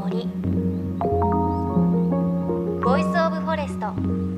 森ボイスオブフォレスト。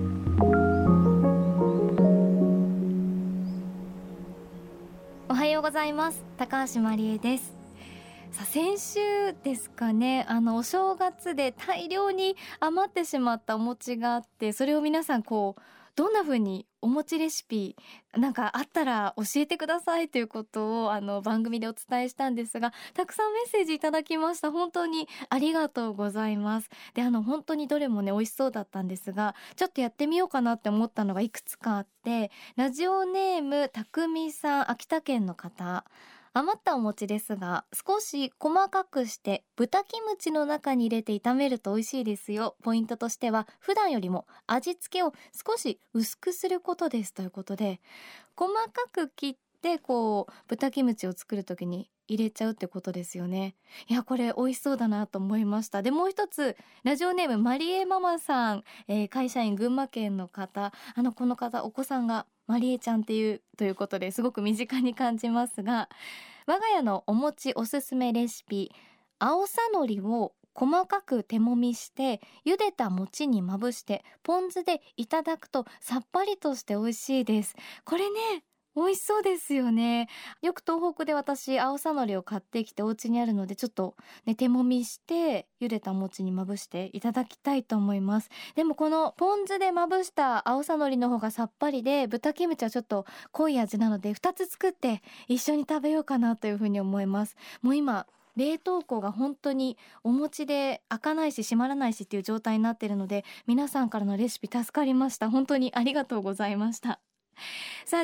おはようございます。高橋真理恵です。さあ、先週ですかね、お正月で大量に余ってしまったお餅があって、それを皆さんどんな風にお餅レシピなんかあったら教えてくださいということを番組でお伝えしたんですが、たくさんメッセージいただきました。本当にありがとうございます。で、本当にどれもね美味しそうだったんですが、ちょっとやってみようかなって思ったのがいくつかあって、ラジオネームたくみさん、秋田県の方。余ったお餅ですが、少し細かくして豚キムチの中に入れて炒めると美味しいですよ。ポイントとしては普段よりも味付けを少し薄くすることですということで、細かく切って豚キムチを作るときに入れちゃうってことですよね。いや、これ美味しそうだなと思いました。で、もう一つラジオネームマリエママさん、会社員群馬県の方、この方お子さんがマリエちゃんっていうということですごく身近に感じますが、我が家のお餅おすすめレシピ、青さのりを細かく手もみして茹でた餅にまぶしてポン酢でいただくとさっぱりとして美味しいです。これね、美味しそうですよね。よく東北で私青さのりを買ってきてお家にあるので、ちょっとね手もみして茹でた餅にまぶしていただきたいと思います。でもこのポン酢でまぶした青さのりの方がさっぱりで、豚キムチはちょっと濃い味なので2つ作って一緒に食べようかなというふうに思います。もう今冷凍庫が本当にお餅で開かないし閉まらないしっていう状態になっているので、皆さんからのレシピ助かりました。本当にありがとうございました。さあ、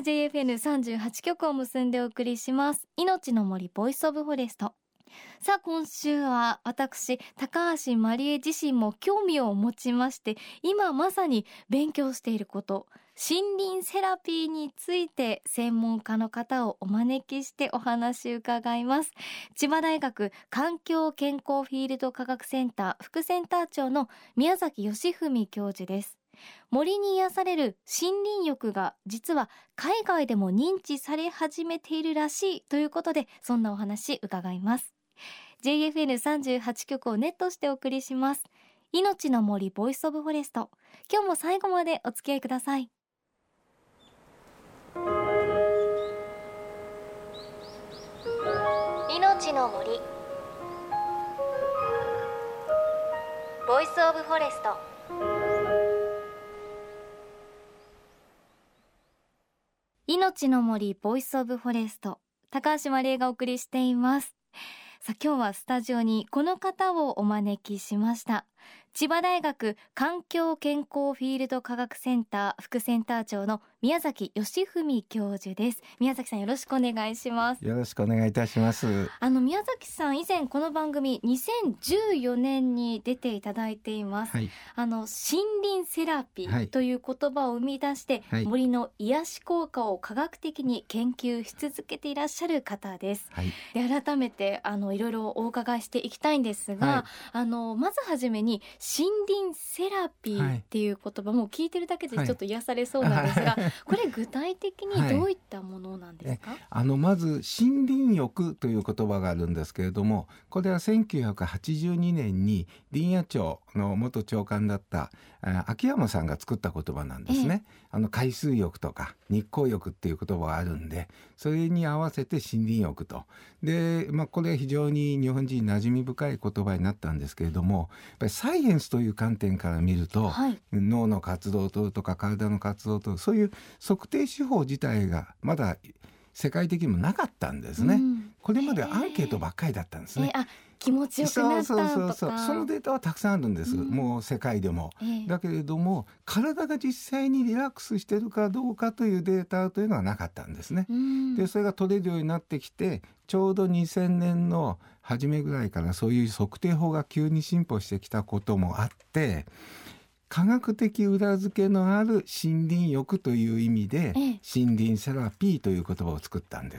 JFN38 局を結んでお送りします命の森ボイスオブフォレスト。さあ、今週は私高橋真理恵自身も興味を持ちまして、今まさに勉強していること、森林セラピーについて専門家の方をお招きしてお話伺います。千葉大学環境健康フィールド科学センター副センター長の宮崎義文教授です。森に癒される森林浴が実は海外でも認知され始めているらしいということで、そんなお話伺います。 JFN38 局をネットしてお送りします命の森ボイスオブフォレスト。今日も最後までお付き合いください。命の森ボイスオブフォレスト。命の森ボイスオブフォレスト、高橋真理恵がお送りしています。さあ、今日はスタジオにこの方をお招きしました。千葉大学環境健康フィールド科学センター副センター長の宮崎義文教授です。宮崎さん、よろしくお願いします。 よろしくお願いいたします。 宮崎さん、以前この番組2014年に出ていただいています、はい、森林セラピーという言葉を生み出して、はい、森の癒し効果を科学的に研究し続けていらっしゃる方です、はい、で改めていろいろお伺いしていきたいんですが、はい、まずはじめに森林セラピーっていう言葉、もう聞いてるだけでちょっと癒されそうなんですが、これ具体的にどういったものなんですか？ まず森林浴という言葉があるんですけれども、これは1982年に林野庁の元長官だった秋山さんが作った言葉なんですね。海水浴とか日光浴っていう言葉があるんで、それに合わせて森林浴と。で、これは非常に日本人に馴染み深い言葉になったんですけれども、やっぱりサイエンスという観点から見ると、はい、脳の活動とか体の活動と、そういう測定手法自体がまだ世界的にもなかったんですね、これまではアンケートばっかりだったんですね。 気持ちよくなったとか、 そのデータはたくさんあるんです、もう世界でも、だけれども体が実際にリラックスしてるかどうかというデータというのはなかったんですね。でそれが取れるようになってきて、ちょうど2000年の初めぐらいからそういう測定法が急に進歩してきたこともあって、科学的裏付けのある森林浴という意味で、森林セラピーという言葉を作ったんです。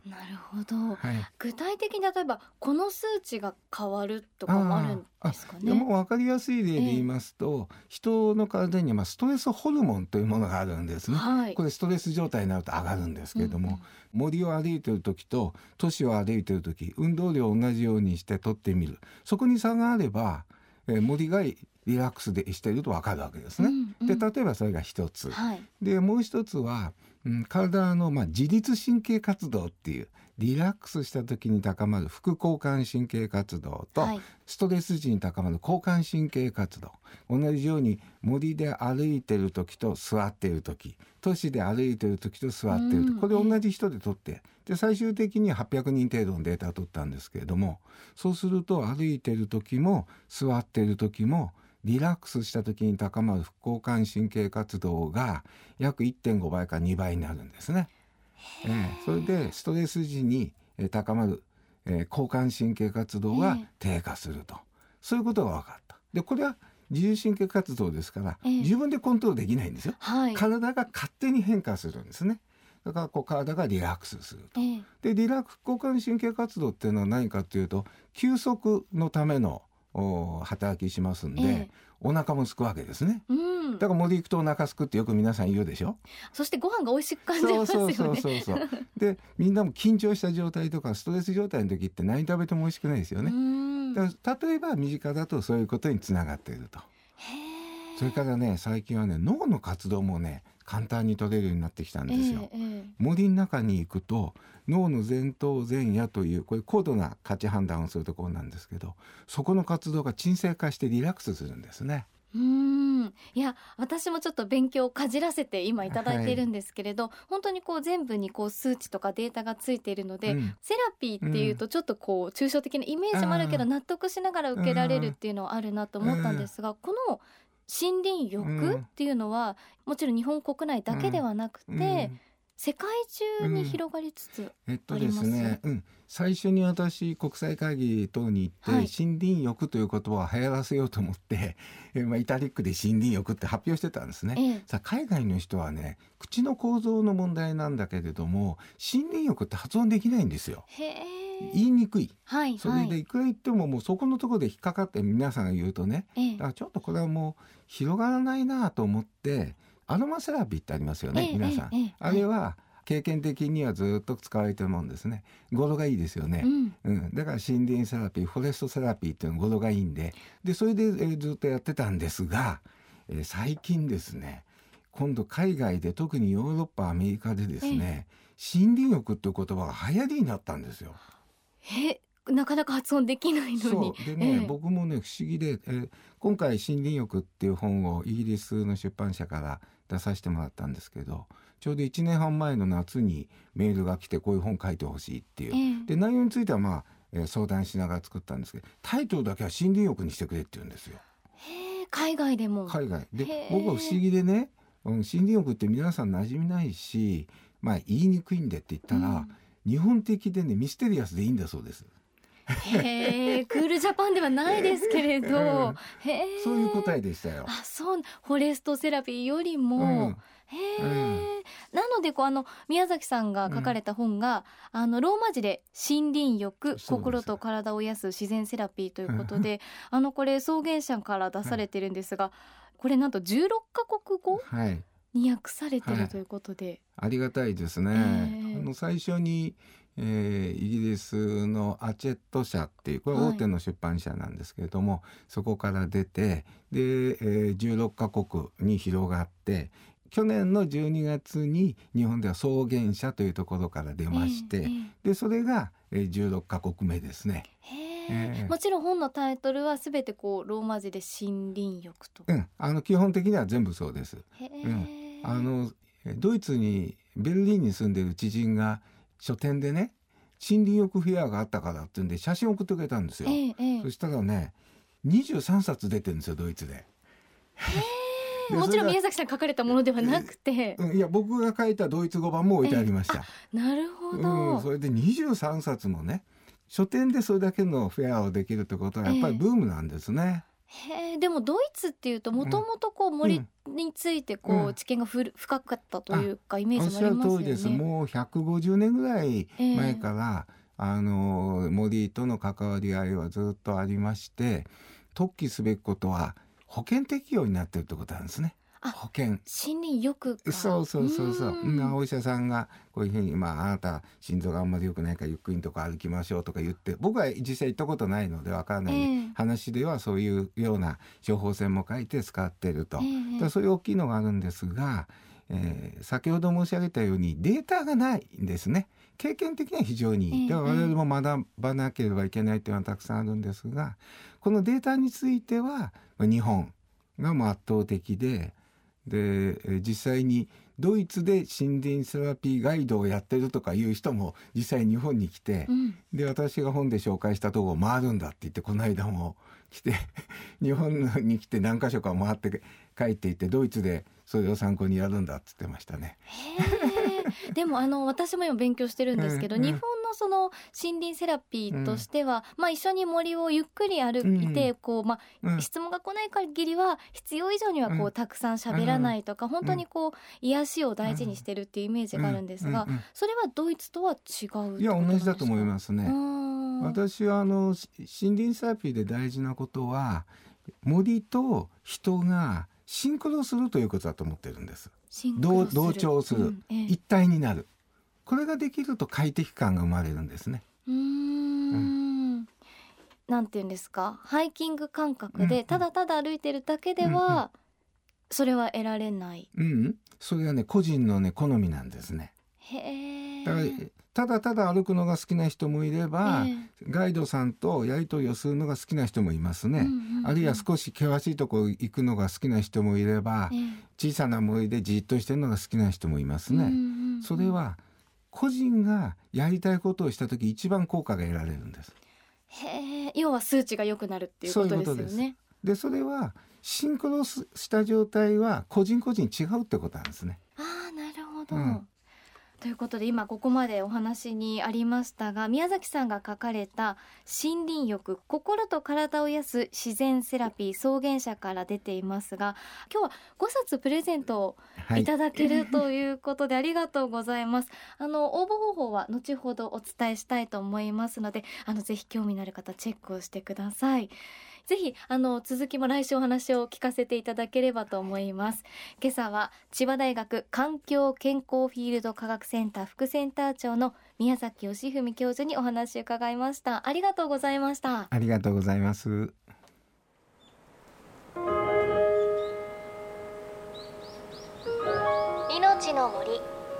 なるほど。 はい、 具体的に例えばこの数値が変わるとかもあるんですかね。 もう分かりやすい例で言いますと、人の体にはストレスホルモンというものがあるんですね。 はい、 これストレス状態になると上がるんですけれども、森を歩いている時と都市を歩いている時、運動量を同じようにして取ってみる。そこに差があれば、森がリラックスでしていると分かるわけですね。で例えばそれが一つ、 はい、 でもう一つは、体の自律神経活動っていうリラックスした時に高まる副交感神経活動と、 はい、 ストレス時に高まる交感神経活動、同じように森で歩いている時と座っている時、都市で歩いている時と座っている時、これ同じ人で取って、で最終的に800人程度のデータを取ったんですけれども、そうすると歩いている時も座っている時もリラックスした時に高まる副交感神経活動が約 1.5 倍から2倍になるんですね。それでストレス時に高まる、交感神経活動が低下すると、そういうことが分かった。でこれは自律神経活動ですから、自分でコントロールできないんですよ、 はい、 体が勝手に変化するんですね。だから体がリラックスすると、でリラックス交感神経活動っていうのは何かというと休息のための働きしますんで、お腹も空くわけですね。だから森行くとお腹空くってよく皆さん言うでしょ。 そしてご飯が美味しく感じますよね。 そうでみんなも緊張した状態とかストレス状態の時って何食べても美味しくないですよね。だから例えば身近だとそういうことにつながっていると。それからね、最近はね脳の活動もね簡単に取れるようになってきたんですよ。森の中に行くと脳の前頭前野というこれ高度な価値判断をするところなんですけど、そこの活動が鎮静化してリラックスするんですね。 いや私もちょっと勉強をかじらせて今いただいているんですけれど、本当にこう全部にこう数値とかデータがついているので、セラピーっていうとちょっとこう抽象的なイメージもあるけど、納得しながら受けられるっていうのはあるなと思ったんですが、この森林浴っていうのはもちろん日本国内だけではなくて、世界中に広がりつつあります。 ですね、最初に私国際会議等に行って、森林浴という言葉を流行らせようと思って、イタリックで森林浴って発表してたんですね。さあ海外の人はね口の構造の問題なんだけれども森林浴って発音できないんですよ。言いにくい、それでいくら言ってももうそこのところで引っかかって皆さんが言うとね、だからちょっとこれはもう広がらないなと思ってアロマセラピーってありますよね、皆さん、あれは経験的にはずっと使われてるもんですね。語呂がいいですよね、だから森林セラピー、フォレストセラピーっていうの語呂がいいんで、それで、ずっとやってたんですが、最近ですね今度海外で特にヨーロッパアメリカでですね、森林浴っていう言葉が流行りになったんですよ。 なかなか発音できないのに。 そうでね、僕もね不思議で、今回森林浴っていう本をイギリスの出版社から出させてもらったんですけど、ちょうど1年半前の夏にメールが来てこういう本書いてほしいっていう、で内容については相談しながら作ったんですけど、タイトルだけは森林浴にしてくれって言うんですよ。 海外でも。 海外で僕は不思議でね、森林浴って皆さん馴染みないし、言いにくいんでって言ったら、日本的でねミステリアスでいいんだそうです。 クールジャパンではないですけれど、 そういう答えでしたよ。 そうフォレストセラピーよりも、なので宮崎さんが書かれた本が、ローマ字で森林浴、心と体を癒す自然セラピーということで、これ草原社から出されてるんですが、これなんと16カ国語に訳されてるということで、 ありがたいですね。最初にイギリスのアチェット社っていうこれ大手の出版社なんですけれども、そこから出てで、16カ国に広がって、去年の12月に日本では草原社というところから出まして、でそれが16カ国目ですね。 もちろん本のタイトルはすべてこうローマ字で森林浴と、 基本的には全部そうです。ドイツにベルリンに住んでいる知人が書店でね森林浴フェアがあったからっていうんで写真送ってくれたんですよ。そしたらね23冊出てるんですよ、ドイツで。 もちろん宮崎さん書かれたものではなくて、 いや僕が書いたドイツ語版も置いてありました。 なるほど、 それで23冊もね書店でそれだけのフェアをできるってことはやっぱりブームなんですね。 へえ、でもドイツっていうともともとこう森についてこうんう知見が深かったというかイメーおっしゃるジもありますよ通りです。 ね。 もう150年ぐらい前かえら、森との関わり合いはずっとありまして、特記すべきことは保険適用になっているということなんですね。 あ、 保険。 森林浴がそうそうそうそう。 んお医者さんがこういうふうに、あなた心臓があんまり良くないからゆっくりのとこ歩きましょうとか言って、僕は実際行ったことないのでわからないんで、話ではそういうような処方箋も書いて使っていると。でそういう大きいのがあるんですが、先ほど申し上げたようにデータがないんですね。経験的には非常にいい。で我々も学ばなければいけないというのはたくさんあるんですが、このデータについては日本がもう圧倒的で、実際にドイツで森林セラピーガイドをやってるとかいう人も実際日本に来て、で私が本で紹介したとこを回るんだって言ってこの間も来て日本に来て何か所か回って帰っていってドイツでそれを参考にやるんだって言ってましたね。 へえ。でも私も今勉強してるんですけど、日本のその森林セラピーとしては、一緒に森をゆっくり歩いて、こう質問が来ない限りは必要以上にはこうたくさん喋らないとか、本当にこう癒しを大事にしてるっていうイメージがあるんですが、それはドイツとは違うってことなんですか？ いや同じだと思いますね。私は森林セラピーで大事なことは森と人がシンクロするということだと思ってるんです。同調する、一体になる。これができると快適感が生まれるんですね。 なんていうんですか、ハイキング感覚でただただ歩いてるだけではそれは得られない。 それはね個人のね好みなんですね。だからただただ歩くのが好きな人もいれば、ガイドさんとやり取りをするのが好きな人もいますね。あるいは少し険しいところ行くのが好きな人もいれば、小さな森でじっとしてるのが好きな人もいますね。それは個人がやりたいことをした時一番効果が得られるんです。 要は数値が良くなるっていうことですよね。 でそれはシンクロした状態は個人個人違うってことなんですね。 なるほど。ということで今ここまでお話にありましたが、宮崎さんが書かれた森林浴、心と体を癒す自然セラピー草原社から出ていますが、今日は5冊プレゼントをいただけるということでありがとうございます。応募方法は後ほどお伝えしたいと思いますので、ぜひ興味のある方チェックをしてください。ぜひ続きも来週お話を聞かせていただければと思います。今朝は千葉大学環境健康フィールド科学センター副センター長の宮崎義文教授にお話を伺いました。ありがとうございました。 ありがとうございます。 命の森、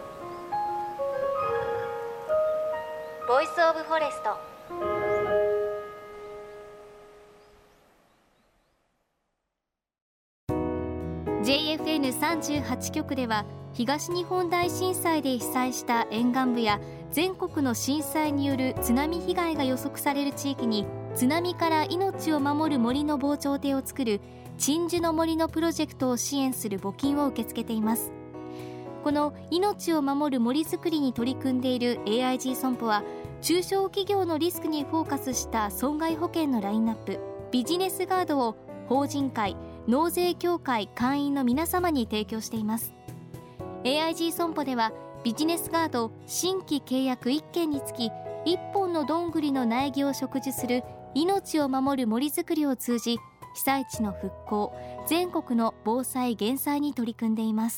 ボイスオブフォレスト。JFN38 局では東日本大震災で被災した沿岸部や全国の震災による津波被害が予測される地域に津波から命を守る森の防潮堤を作る鎮守の森のプロジェクトを支援する募金を受け付けています。この命を守る森づくりに取り組んでいる AIG 損保は中小企業のリスクにフォーカスした損害保険のラインナップビジネスガードを法人会納税協会会員の皆様に提供しています。 AIG 損保ではビジネスガード新規契約1件につき1本のどんぐりの苗木を植樹する命を守る森づくりを通じ被災地の復興、全国の防災減災に取り組んでいます。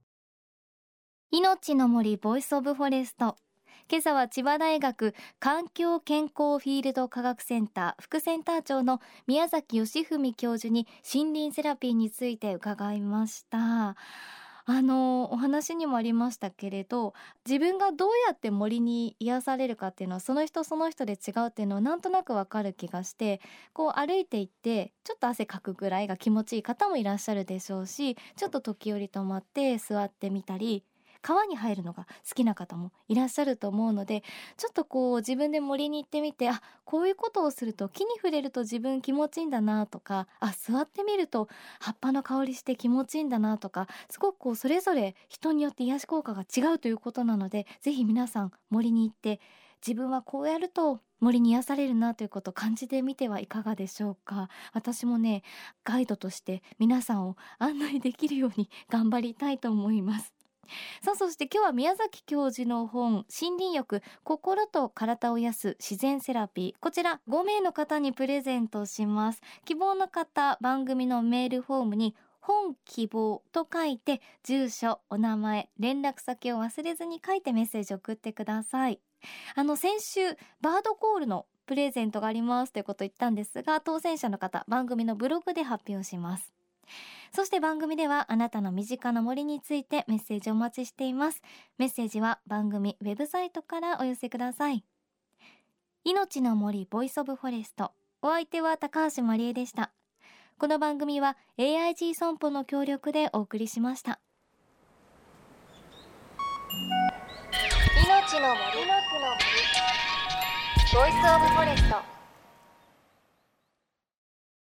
命の森ボイスオブフォレスト、今朝は千葉大学環境健康フィールド科学センター副センター長の宮崎義文教授に森林セラピーについて伺いました。お話にもありましたけれど、自分がどうやって森に癒されるかっていうのはその人その人で違うっていうのはなんとなくわかる気がして、こう歩いていってちょっと汗かくぐらいが気持ちいい方もいらっしゃるでしょうし、ちょっと時折止まって座ってみたり川に入るのが好きな方もいらっしゃると思うので、ちょっとこう自分で森に行ってみて、こういうことをすると木に触れると自分気持ちいいんだなとか、座ってみると葉っぱの香りして気持ちいいんだなとか、すごくこうそれぞれ人によって癒し効果が違うということなので、ぜひ皆さん森に行って自分はこうやると森に癒されるなということを感じてみてはいかがでしょうか。私もね、ガイドとして皆さんを案内できるように頑張りたいと思います。さあ、そして今日は宮崎教授の本、森林浴、心と体を癒す自然セラピー、こちら5名の方にプレゼントします。希望の方、番組のメールフォームに本希望と書いて、住所、お名前、連絡先を忘れずに書いてメッセージを送ってください。先週バードコールのプレゼントがありますということを言ったんですが、当選者の方、番組のブログで発表します。そして番組ではあなたの身近な森についてメッセージをお待ちしています。メッセージは番組ウェブサイトからお寄せください。命の森ボイスオブフォレスト、お相手は高橋まりえでした。この番組は AIG 損保の協力でお送りしました。命の森ボイスオブフォレスト。